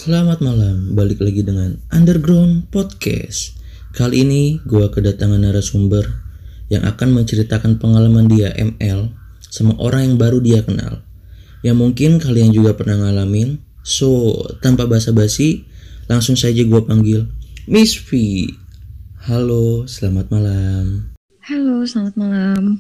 Selamat malam, balik lagi dengan Underground Podcast. Kali ini gue kedatangan narasumber yang akan menceritakan pengalaman dia ML sama orang yang baru dia kenal, yang mungkin kalian juga pernah ngalamin. So, tanpa basa-basi, langsung saja gue panggil Miss V. Halo, selamat malam. Halo, selamat malam.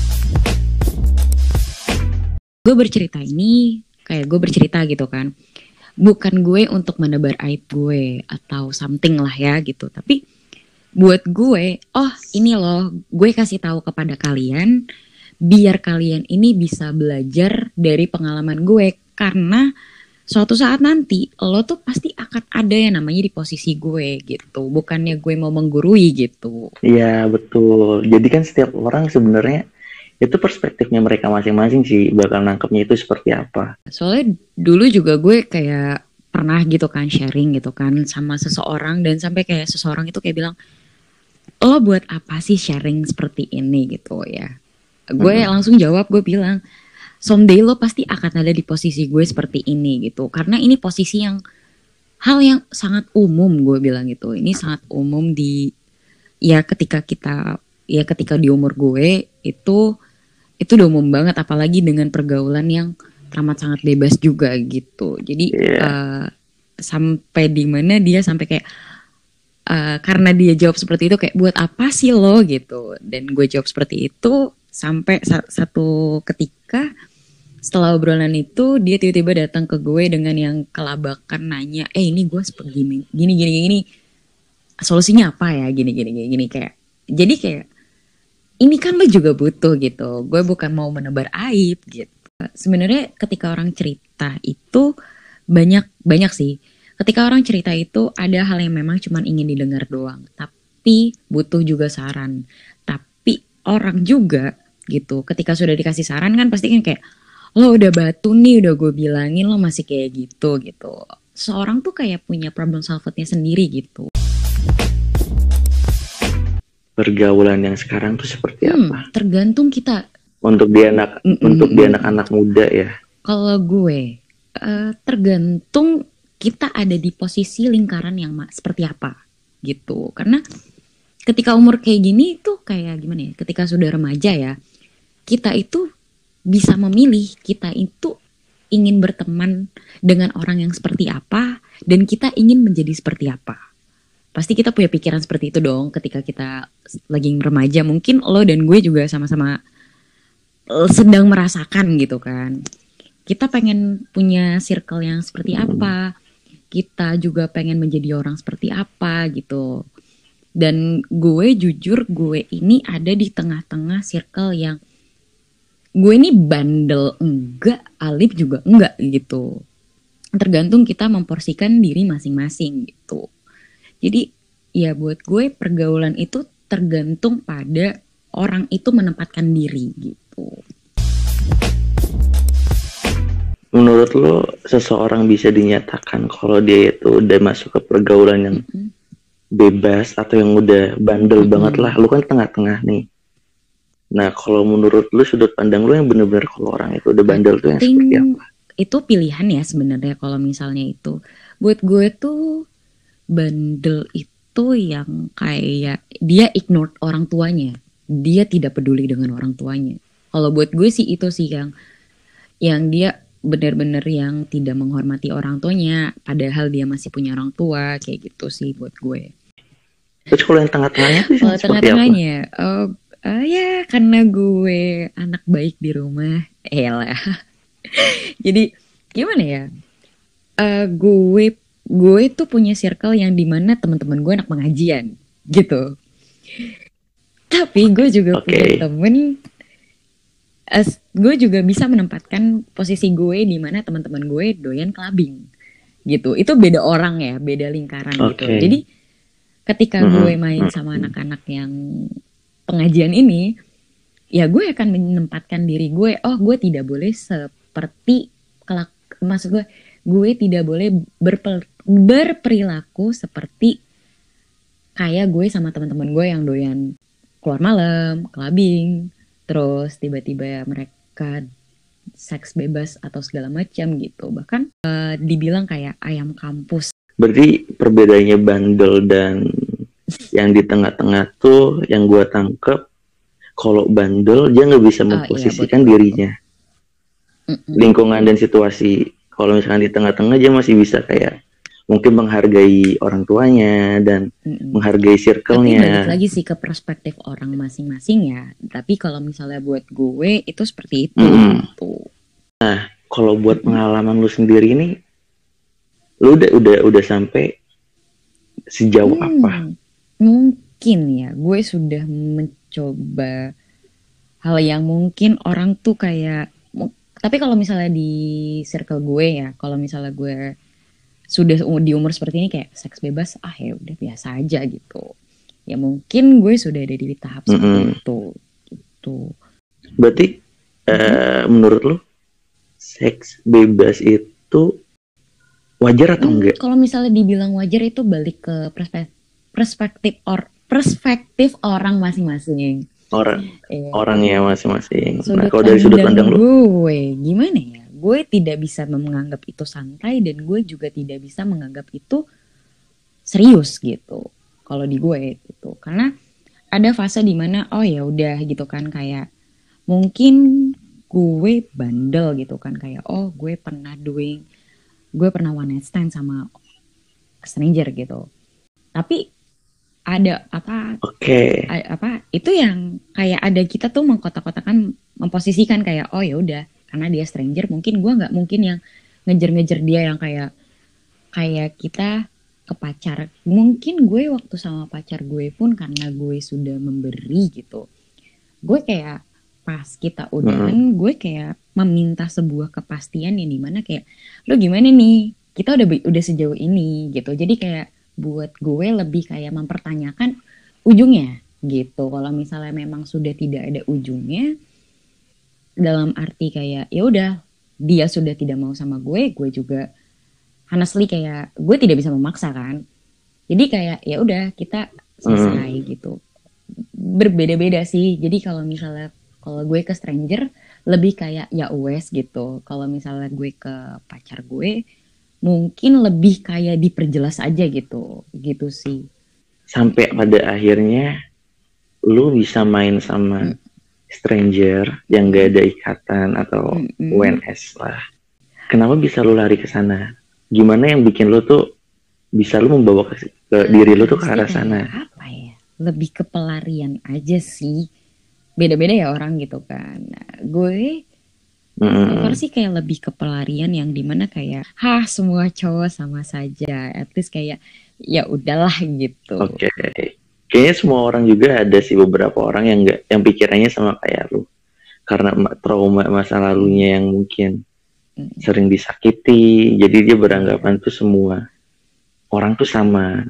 Gue bercerita ini kayak gue bercerita gitu kan. Bukan gue untuk menebar aib gue atau something lah ya gitu. Tapi buat gue, ini loh, gue kasih tahu kepada kalian biar kalian ini bisa belajar dari pengalaman gue. Karena suatu saat nanti lo tuh pasti akan ada yang namanya di posisi gue gitu. Bukannya gue mau menggurui gitu. Iya betul. Jadi kan setiap orang sebenarnya itu perspektifnya mereka masing-masing sih bakal nangkepnya itu seperti apa. Soalnya dulu juga gue kayak pernah gitu kan sharing gitu kan sama seseorang, dan sampai kayak seseorang itu kayak bilang, lo buat apa sih sharing seperti ini gitu ya. Gue langsung jawab, gue bilang, someday lo pasti akan ada di posisi gue seperti ini gitu. Karena ini posisi yang hal yang sangat umum, gue bilang gitu. Ini sangat umum ketika di umur gue itu udah umum banget, apalagi dengan pergaulan yang amat sangat bebas juga gitu. Jadi sampai di mana dia sampai kayak karena dia jawab seperti itu kayak buat apa sih lo gitu. Dan gue jawab seperti itu sampai satu ketika setelah obrolan itu dia tiba-tiba datang ke gue dengan yang kelabakan nanya, ini gue seperti gini solusinya apa ya, gini kayak. Jadi kayak ini kan lo juga butuh gitu. Gue bukan mau menebar aib gitu. Sebenarnya ketika orang cerita itu banyak sih. Ketika orang cerita itu ada hal yang memang cuma ingin didengar doang. Tapi butuh juga saran. Tapi orang juga gitu. Ketika sudah dikasih saran kan pasti kan kayak, lo udah batu nih, udah gue bilangin lo masih kayak gitu. Seorang tuh kayak punya problem solvednya sendiri gitu. Pergaulan yang sekarang tuh seperti apa? Tergantung kita. Untuk dia anak-anak muda ya. Kalau gue tergantung kita ada di posisi lingkaran yang seperti apa gitu. Karena ketika umur kayak gini tuh kayak gimana ya? Ketika sudah remaja ya, kita itu bisa memilih kita itu ingin berteman dengan orang yang seperti apa dan kita ingin menjadi seperti apa. Pasti kita punya pikiran seperti itu dong ketika kita lagi remaja. Mungkin lo dan gue juga sama-sama sedang merasakan gitu kan. Kita pengen punya circle yang seperti apa. Kita juga pengen menjadi orang seperti apa gitu. Dan gue jujur gue ini ada di tengah-tengah circle yang gue ini bandel enggak, alif juga enggak gitu. Tergantung kita memporsikan diri masing-masing gitu. Jadi ya buat gue pergaulan itu tergantung pada orang itu menempatkan diri gitu. Menurut lo seseorang bisa dinyatakan kalau dia itu udah masuk ke pergaulan yang bebas atau yang udah bandel banget lah. Lo kan tengah-tengah nih. Nah kalau menurut lo sudut pandang lo yang benar-benar kalau orang itu udah bandel tuh yang seperti apa? Itu pilihan ya sebenarnya kalau misalnya itu. Buat gue tuh bandel itu yang kayak dia ignore orang tuanya, dia tidak peduli dengan orang tuanya. Kalau buat gue sih itu sih yang dia benar-benar yang tidak menghormati orang tuanya, padahal dia masih punya orang tua, kayak gitu sih buat gue. Terus kalau yang tengah-tengahnya tuh kalau seperti tengah-tengahnya, ya karena gue anak baik di rumah, lah. Jadi gimana ya? Gue tuh punya circle yang dimana teman-teman gue anak pengajian gitu. Tapi gue juga punya temen, gue juga bisa menempatkan posisi gue di mana teman-teman gue doyan clubbing gitu. Itu beda orang ya, beda lingkaran gitu. Jadi ketika gue main sama anak-anak yang pengajian ini, ya gue akan menempatkan diri gue, gue tidak boleh seperti maksud gue tidak boleh berperilaku seperti kayak gue sama teman-teman gue yang doyan keluar malam, clubbing, terus tiba-tiba mereka seks bebas atau segala macam gitu. Bahkan dibilang kayak ayam kampus. Berarti perbedaannya bandel dan yang di tengah-tengah tuh yang gue tangkep, kalau bandel dia nggak bisa memposisikan dirinya, lingkungan dan situasi. Kalau misalkan di tengah-tengah dia masih bisa kayak mungkin menghargai orang tuanya dan menghargai circle-nya. Tapi balik lagi sih ke perspektif orang masing-masing ya. Tapi kalau misalnya buat gue itu seperti itu. Nah, kalau buat pengalaman lu sendiri nih, lu udah sampai sejauh apa? Mungkin ya, gue sudah mencoba hal yang mungkin orang tuh kayak. Tapi kalau misalnya di circle gue ya, kalau misalnya gue sudah di umur seperti ini kayak seks bebas, ya udah biasa aja gitu. Ya mungkin gue sudah ada di tahap seperti itu gitu. Berarti menurut lu seks bebas itu wajar atau enggak? Kalau misalnya dibilang wajar itu balik ke perspektif orang masing-masing. Orangnya masing-masing. Nah, kalau dari sudut pandang gue, gimana ya? Gue tidak bisa menganggap itu santai dan gue juga tidak bisa menganggap itu serius gitu. Kalau di gue gitu, karena ada fase dimana ya udah gitu kan, kayak mungkin gue bandel gitu kan, kayak gue pernah one night stand sama stranger gitu. Tapi ada itu yang kayak ada kita tuh mengkotak-kotakan, memposisikan kayak ya udah karena dia stranger, mungkin gue nggak mungkin yang ngejar-ngejar dia yang kayak kita ke pacar. Mungkin gue waktu sama pacar gue pun karena gue sudah memberi gitu, gue kayak pas kita udahan gue kayak meminta sebuah kepastian yang dimana kayak lo gimana nih, kita udah sejauh ini gitu. Jadi kayak buat gue lebih kayak mempertanyakan ujungnya gitu. Kalau misalnya memang sudah tidak ada ujungnya, dalam arti kayak ya udah dia sudah tidak mau sama gue juga honestly kayak gue tidak bisa memaksa kan. Jadi kayak ya udah kita selesai gitu. Berbeda-beda sih. Jadi kalau gue ke stranger lebih kayak ya wes gitu. Kalau misalnya gue ke pacar gue mungkin lebih kayak diperjelas aja gitu sih. Sampai pada akhirnya lu bisa main sama stranger yang gak ada ikatan atau WNS lah. Kenapa bisa lu lari ke sana? Gimana yang bikin lu tuh bisa lu membawa ke diri lu tuh ke arah sana? Apa ya? Lebih ke pelarian aja sih. Beda-beda ya orang gitu kan. Nah, gue sih kayak lebih ke pelarian yang dimana kayak semua cowok sama saja. At least kayak ya udahlah gitu. Oke. Kayaknya semua orang juga ada sih beberapa orang yang pikirannya sama kayak lu. Karena trauma masa lalunya yang mungkin sering disakiti, jadi dia beranggapan tuh semua orang tuh sama.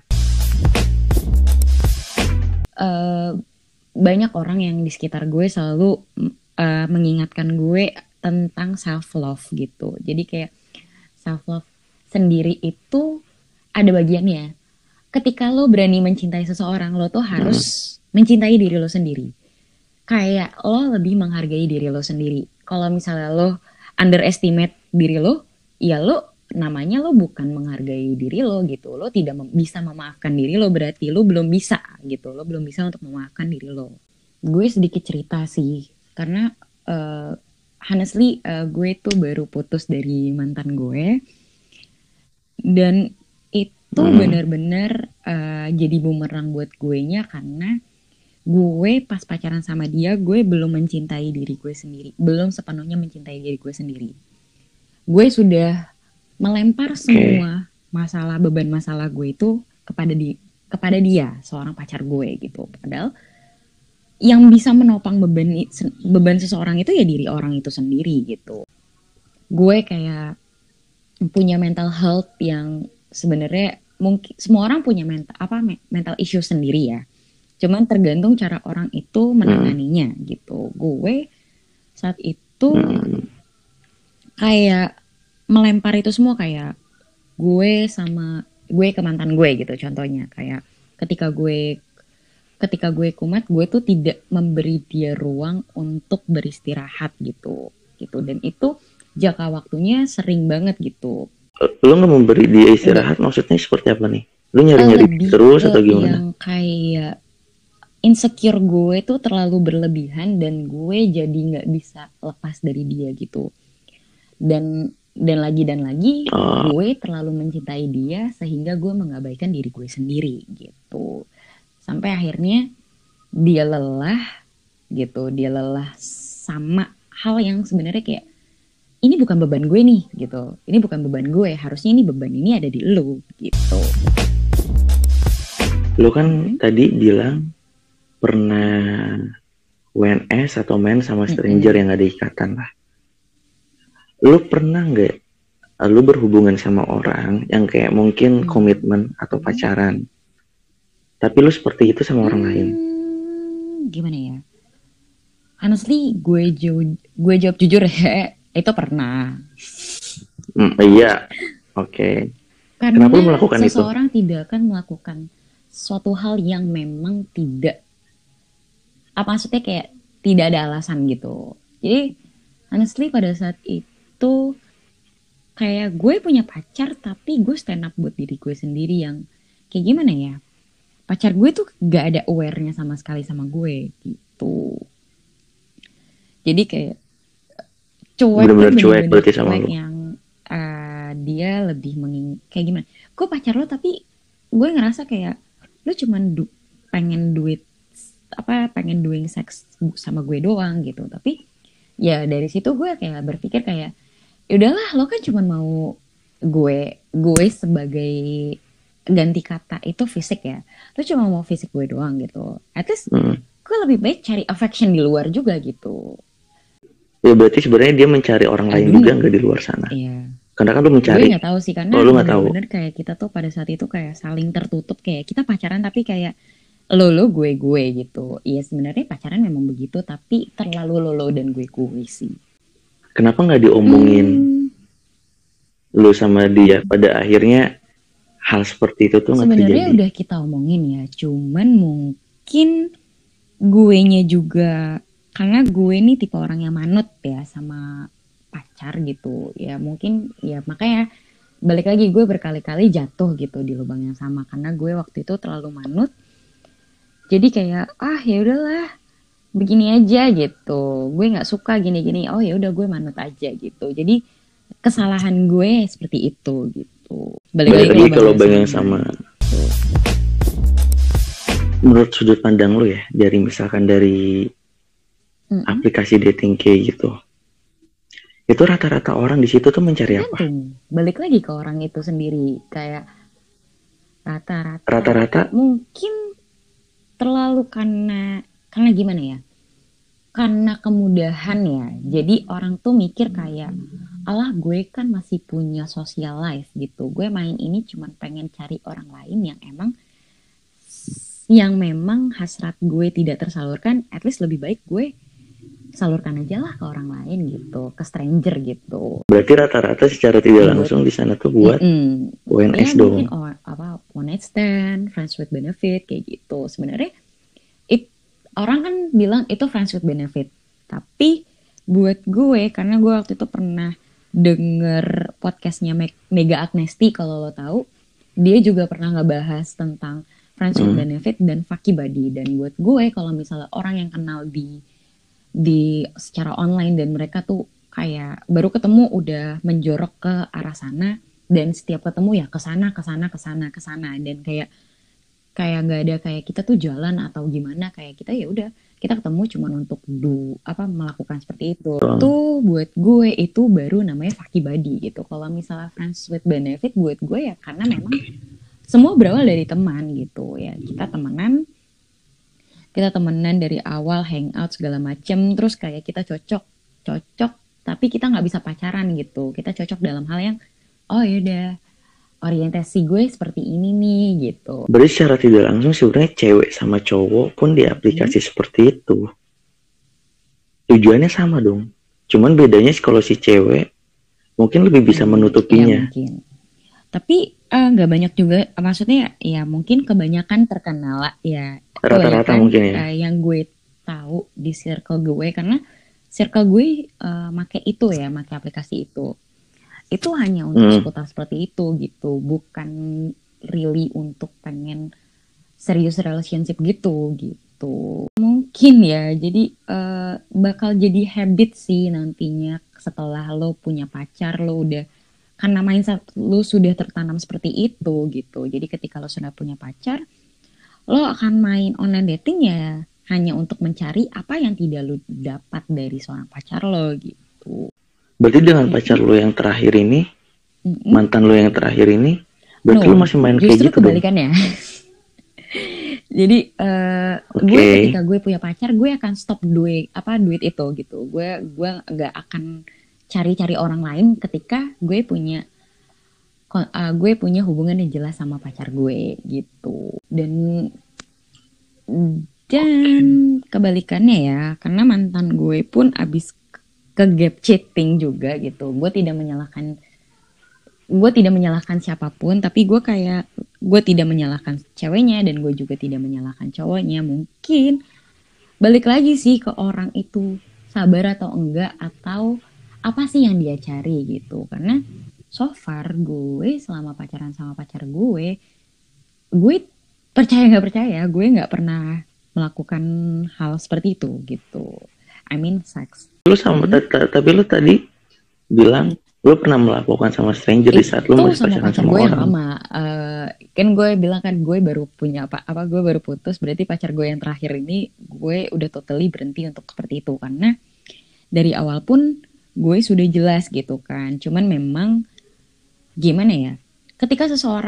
Banyak orang yang di sekitar gue selalu mengingatkan gue tentang self love gitu. Jadi kayak self love sendiri itu ada bagiannya. Ketika lo berani mencintai seseorang, lo tuh harus mencintai diri lo sendiri. Kayak lo lebih menghargai diri lo sendiri. Kalau misalnya lo underestimate diri lo, ya lo namanya lo bukan menghargai diri lo gitu. Lo tidak bisa memaafkan diri lo, berarti lo belum bisa gitu. Lo belum bisa untuk memaafkan diri lo. Gue sedikit cerita sih, karena honestly gue tuh baru putus dari mantan gue. Dan itu benar-benar jadi bumerang buat gue nya, karena gue pas pacaran sama dia gue belum mencintai diri gue sendiri, belum sepenuhnya mencintai diri gue sendiri. Gue sudah melempar semua beban masalah gue itu kepada dia, seorang pacar gue gitu. Padahal yang bisa menopang beban seseorang itu ya diri orang itu sendiri gitu. Gue kayak punya mental health yang sebenarnya mungkin semua orang punya mental issue sendiri ya. Cuman tergantung cara orang itu menanganinya gitu. Gue saat itu kayak melempar itu semua, kayak gue ke mantan gue gitu contohnya. Kayak ketika gue kumat, gue tuh tidak memberi dia ruang untuk beristirahat gitu. gitu. Dan itu jangka waktunya sering banget gitu. Lu nggak memberi dia istirahat, maksudnya seperti apa nih? Lu nyari-nyari Lebih terus ke atau gimana? yang kayak insecure gue tuh terlalu berlebihan dan gue jadi nggak bisa lepas dari dia gitu. Dan lagi gue terlalu mencintai dia sehingga gue mengabaikan diri gue sendiri gitu. Sampai akhirnya dia lelah gitu, dia lelah sama hal yang sebenarnya kayak ini bukan beban gue nih gitu. Ini bukan beban gue, harusnya ini beban ini ada di lu gitu. Lu kan tadi bilang pernah WNS atau main sama stranger yang ada ikatan lah. Lu pernah nggak lu berhubungan sama orang yang kayak mungkin komitmen atau pacaran, tapi lu seperti itu sama orang lain? Gimana ya? Honestly, gue jawab jujur ya, itu pernah. Iya, oke. Karena kenapa lu melakukan itu? Seseorang tidak akan melakukan suatu hal yang memang tidak, apa maksudnya kayak tidak ada alasan gitu. Jadi honestly pada saat itu kayak gue punya pacar tapi gue stand up buat diri gue sendiri yang kayak gimana ya, pacar gue tuh gak ada aware-nya sama sekali sama gue gitu. Jadi kayak cuek, bener-bener cuek berarti sama lu. yang dia lebih kayak gimana, gue pacar lo tapi gue ngerasa kayak lo cuman pengen doing seks sama gue doang gitu. Tapi ya dari situ gue kayak berpikir kayak ya udahlah, lo kan cuma mau gue sebagai ganti kata itu fisik ya, lo cuma mau fisik gue doang gitu. At least gue lebih baik cari affection di luar juga gitu. Ya berarti sebenarnya dia mencari orang lain juga nggak di luar sana? Iya. Karena kan lu mencari. Gue nggak tahu sih, karena lu nggak tahu. Bener kayak kita tuh pada saat itu kayak saling tertutup, kayak kita pacaran tapi kayak lo gue gitu. Iya sebenarnya pacaran memang begitu, tapi terlalu lo dan gue sih. Kenapa nggak diomongin lu sama dia? Pada akhirnya hal seperti itu tuh nggak terjadi. Sebenarnya udah kita omongin ya, cuman mungkin guenya juga, karena gue nih tipe orang yang manut ya sama pacar gitu ya, mungkin ya makanya balik lagi gue berkali-kali jatuh gitu di lubang yang sama karena gue waktu itu terlalu manut. Jadi kayak ya udahlah begini aja gitu, gue nggak suka gini-gini, oh ya udah gue manut aja gitu. Jadi kesalahan gue seperti itu gitu. Balik lagi ke lubang yang sama. Menurut sudut pandang lu ya, dari misalkan dari aplikasi dating kayak gitu, itu rata-rata orang di situ tuh mencari apa? Balik lagi ke orang itu sendiri, kayak rata-rata mungkin terlalu karena gimana ya, karena kemudahan ya. Jadi orang tuh mikir kayak alah gue kan masih punya social life gitu, gue main ini cuman pengen cari orang lain yang memang hasrat gue tidak tersalurkan. At least lebih baik gue salurkan aja lah ke orang lain gitu, ke stranger gitu. Berarti rata-rata secara tidak langsung di sana tuh buat ONS dong. Mungkin one night stand, friends with benefit kayak gitu. Sebenarnya orang kan bilang itu friends with benefit, tapi buat gue, karena gue waktu itu pernah denger podcastnya Mega Agnesti, kalau lo tahu, dia juga pernah ngebahas tentang friends with benefit dan fucky buddy. Dan buat gue, kalau misalnya orang yang kenal di secara online dan mereka tuh kayak baru ketemu udah menjorok ke arah sana, dan setiap ketemu ya kesana dan kayak nggak ada kayak kita tuh jalan atau gimana, kayak kita ya udah kita ketemu cuma untuk melakukan seperti itu. Tuh buat gue itu baru namanya fucky buddy gitu. Kalau misalnya friends with benefit buat gue ya karena memang semua berawal dari teman gitu ya. Kita temenan dari awal, hangout segala macem, terus kayak kita cocok, tapi kita nggak bisa pacaran gitu. Kita cocok dalam hal yang yaudah orientasi gue seperti ini nih gitu. Berarti secara tidak langsung sebenarnya cewek sama cowok pun di aplikasi seperti itu tujuannya sama dong. Cuman bedanya kalau si cewek mungkin lebih bisa menutupinya. Ya, mungkin. Tapi nggak banyak juga, maksudnya ya mungkin kebanyakan terkenal ya. Rata-rata mungkin ya. Yang gue tahu di circle gue, karena circle gue make itu ya, make aplikasi itu hanya untuk seputar seperti itu gitu, bukan really untuk pengen serius relationship gitu. Mungkin ya, jadi bakal jadi habit sih nantinya setelah lo punya pacar, lo udah, karena mindset lo sudah tertanam seperti itu gitu. Jadi ketika lo sudah punya pacar, lo akan main online dating ya hanya untuk mencari apa yang tidak lo dapat dari seorang pacar lo gitu. Berarti dengan pacar lo yang terakhir ini, mantan lo yang terakhir ini, berarti lo masih main kayak gitu dong? Justru kebalikannya. Jadi gue ketika gue punya pacar, gue akan stop duit itu gitu. Gue nggak akan cari-cari orang lain ketika gue punya hubungan yang jelas sama pacar gue gitu. Dan kebalikannya ya, karena mantan gue pun abis ke gap cheating juga gitu. Gue tidak menyalahkan siapapun, tapi gue tidak menyalahkan ceweknya dan gue juga tidak menyalahkan cowoknya. Mungkin balik lagi sih ke orang itu sabar atau enggak, atau apa sih yang dia cari gitu. Karena so far gue selama pacaran sama pacar gue percaya nggak percaya, gue nggak pernah melakukan hal seperti itu gitu. I mean sex. Tapi lu tadi bilang lu pernah melakukan sama stranger di saat lu masih pacaran sama gue orang. yang lama. Kan gue bilang kan gue baru punya gue baru putus, berarti pacar gue yang terakhir ini gue udah totally berhenti untuk seperti itu, karena dari awal pun gue sudah jelas gitu kan. Cuman memang gimana ya, ketika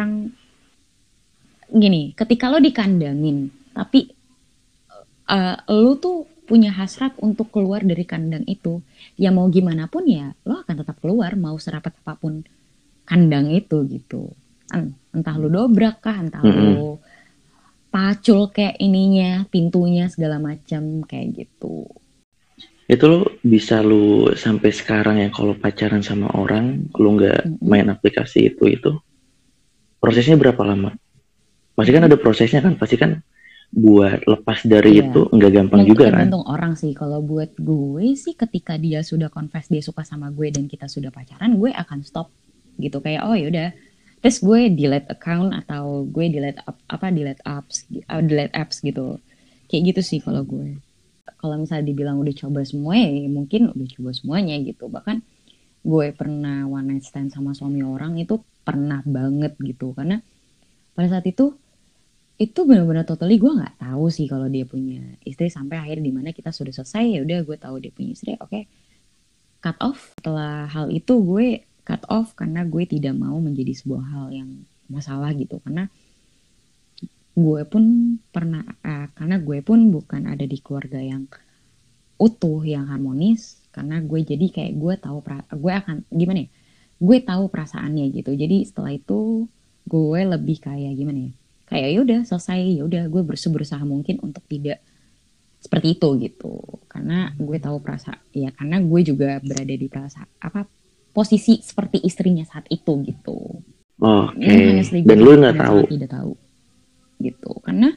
lo dikandangin tapi lo tuh punya hasrat untuk keluar dari kandang itu, ya mau gimana pun ya lo akan tetap keluar, mau serapat apapun kandang itu gitu. Entah lo dobrak kah, entah lo pacul kayak ininya, pintunya segala macam kayak gitu. Itu lo bisa lo sampai sekarang ya, kalau pacaran sama orang lo nggak main aplikasi itu prosesnya berapa lama? Pasti kan ada prosesnya kan, pasti kan buat lepas dari itu nggak gampang juga kan? Tergantung orang sih. Kalau buat gue sih, ketika dia sudah confess dia suka sama gue dan kita sudah pacaran, gue akan stop gitu, kayak oh yaudah, terus gue delete account atau gue delete apps gitu, kayak gitu sih kalau gue. Kalau misalnya dibilang udah coba semua ya mungkin udah coba semuanya gitu. Bahkan gue pernah one night stand sama suami orang, itu pernah banget gitu, karena pada saat itu benar-benar totally gue nggak tahu sih kalau dia punya istri, sampai akhir dimana kita sudah selesai, ya udah gue tahu dia punya istri, oke, cut off. Setelah hal itu gue cut off karena gue tidak mau menjadi sebuah hal yang masalah gitu, karena gue pun bukan ada di keluarga yang utuh, yang harmonis, karena gue jadi kayak gue tahu perasaannya gitu. Jadi setelah itu gue lebih kayak gimana ya, kayak yaudah selesai, yaudah gue berusaha mungkin untuk tidak seperti itu gitu, karena gue tahu karena gue juga berada di posisi seperti istrinya saat itu gitu. Dan lu nggak tahu? Tidak tahu gitu, karena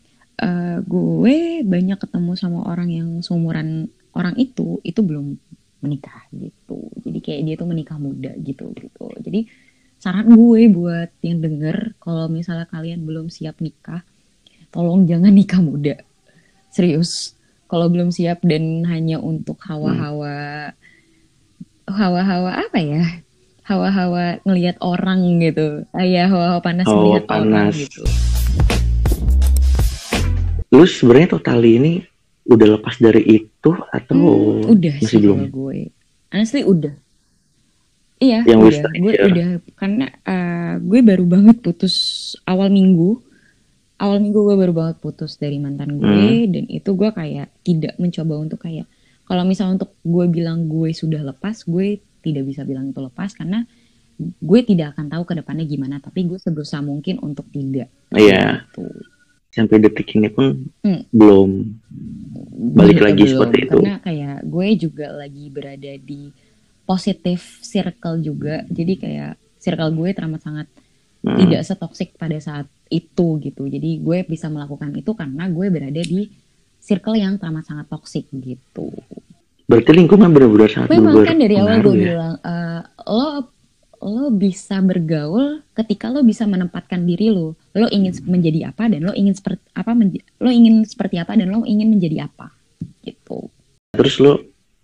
gue banyak ketemu sama orang yang seumuran orang itu belum menikah gitu. Jadi kayak dia tuh menikah muda gitu. Jadi saran gue buat yang denger, kalau misalnya kalian belum siap nikah, tolong jangan nikah muda. Serius. Kalau belum siap dan hanya untuk hawa-hawa apa ya? Hawa-hawa ngelihat orang gitu. Hawa-hawa panas ngelihat orang gitu. Lu sebenarnya total ini udah lepas dari itu atau udah masih belum? Gue honestly udah. Iya, gue udah, karena gue baru banget putus awal minggu gue baru banget putus dari mantan gue, dan itu gue kayak tidak mencoba untuk kayak, kalau misalnya untuk gue bilang gue sudah lepas, gue tidak bisa bilang itu lepas, karena gue tidak akan tahu ke depannya gimana, tapi gue seberusaha mungkin untuk tidak. Iya. Gitu. Sampai detik ini pun belum balik lagi seperti itu. Karena kayak gue juga lagi berada di positive circle juga, jadi kayak circle gue teramat sangat tidak setoksik pada saat itu gitu. Jadi gue bisa melakukan itu karena gue berada di circle yang teramat sangat toksik gitu. Berarti lingkungan benar-benar sangat Memang kan dari awal gue berpengaruh ya. bilang lo bisa bergaul ketika lo bisa menempatkan diri lo ingin menjadi apa dan lo ingin seperti apa, lo ingin seperti apa dan lo ingin menjadi apa gitu. Terus lo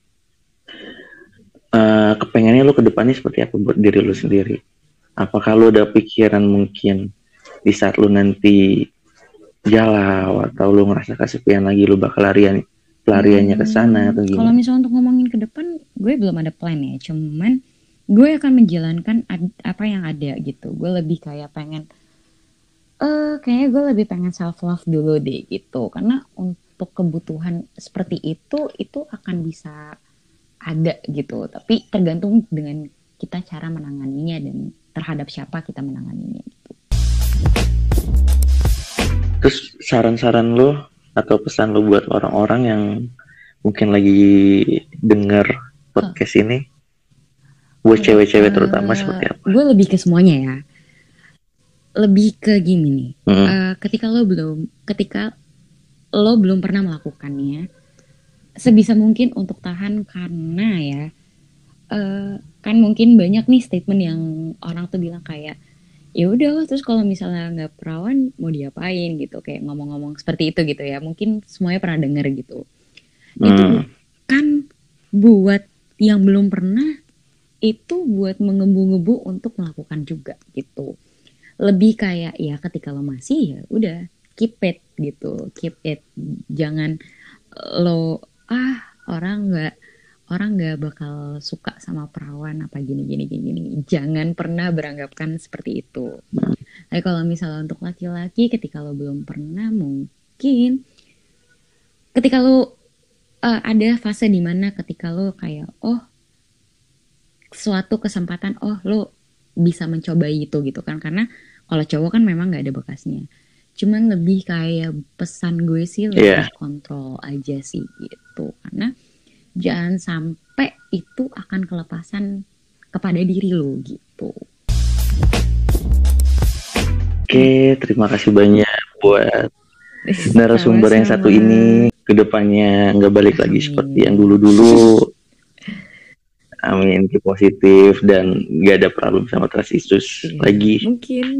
kepengennya lo ke depannya seperti apa buat diri lo sendiri? Apakah lo ada pikiran mungkin di saat lo nanti galau atau lo ngerasa kesepian lagi lo bakal pelariannya ke sana atau Kalau gimana? misalnya untuk ngomongin ke depan, gue belum ada plan ya. Cuman gue akan menjalankan apa yang ada gitu. Gue lebih kayak pengen, kayaknya gue lebih pengen self love dulu deh gitu. Karena untuk kebutuhan seperti itu akan bisa ada gitu. Tapi tergantung dengan kita cara menanganinya dan terhadap siapa kita menanganinya gitu. Terus saran-saran lo atau pesan lo buat orang-orang yang mungkin lagi denger podcast ini, buat cewek-cewek terutama seperti apa? Gue lebih ke semuanya ya. Lebih ke gini nih. Ketika lo belum pernah melakukannya, sebisa mungkin untuk tahan, karena ya kan mungkin banyak nih statement yang orang tuh bilang kayak ya udah terus kalau misalnya nggak perawan mau diapain gitu, kayak ngomong-ngomong seperti itu gitu ya. Mungkin semuanya pernah denger gitu. Itu kan buat yang belum pernah, itu buat mengebu-ngebu untuk melakukan juga gitu. Lebih kayak ya ketika lo masih, ya udah keep it gitu, keep it. Jangan lo orang nggak bakal suka sama perawan apa gini. Jangan pernah beranggapan seperti itu. Tapi kalau misalnya untuk laki-laki, ketika lo belum pernah, mungkin ketika lo ada fase dimana ketika lo kayak suatu kesempatan lo bisa mencoba itu gitu kan. Karena kalau cowok kan memang nggak ada bekasnya. Cuman lebih kayak pesan gue sih lebih kontrol aja sih gitu. Karena jangan sampai itu akan kelepasan kepada diri lo gitu. Oke, terima kasih banyak buat narasumber yang satu ini. Kedepannya nggak balik lagi seperti yang dulu-dulu. Amin, keep positif dan nggak ada problem sama trust issues lagi. Mungkin.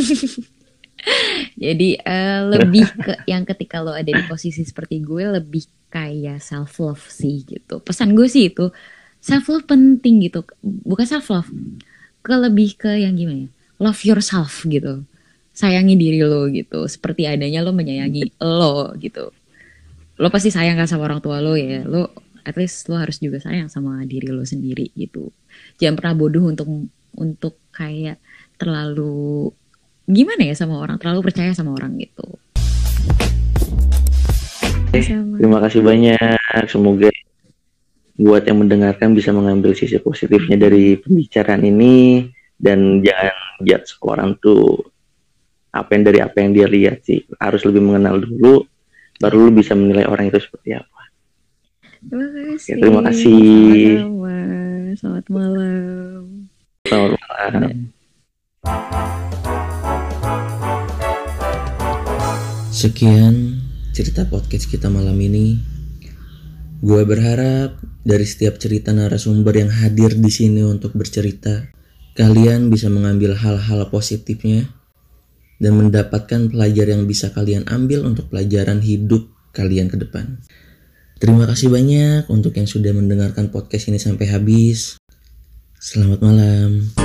Jadi lebih ke yang ketika lo ada di posisi seperti gue, lebih kayak self love sih gitu. Pesan gue sih itu self love penting gitu. Bukan self love, lebih ke yang gimana ya? Love yourself gitu. Sayangi diri lo gitu. Seperti adanya lo menyayangi lo gitu. Lo pasti sayang kan sama orang tua lo ya. Lo at least lo harus juga sayang sama diri lo sendiri gitu. Jangan pernah bodoh untuk kayak terlalu gimana ya sama orang, terlalu percaya sama orang gitu. Terima kasih banyak. Semoga buat yang mendengarkan bisa mengambil sisi positifnya dari pembicaraan ini dan jangan judge orang tuh apa yang dia lihat sih. Harus lebih mengenal dulu, baru lu bisa menilai orang itu seperti apa. Terima kasih. Ya, terima kasih. Sama-sama. Selamat malam. Selamat malam. Sekian cerita podcast kita malam ini. Gue berharap dari setiap cerita narasumber yang hadir di sini untuk bercerita, kalian bisa mengambil hal-hal positifnya dan mendapatkan pelajaran yang bisa kalian ambil untuk pelajaran hidup kalian ke depan. Terima kasih banyak untuk yang sudah mendengarkan podcast ini sampai habis. Selamat malam.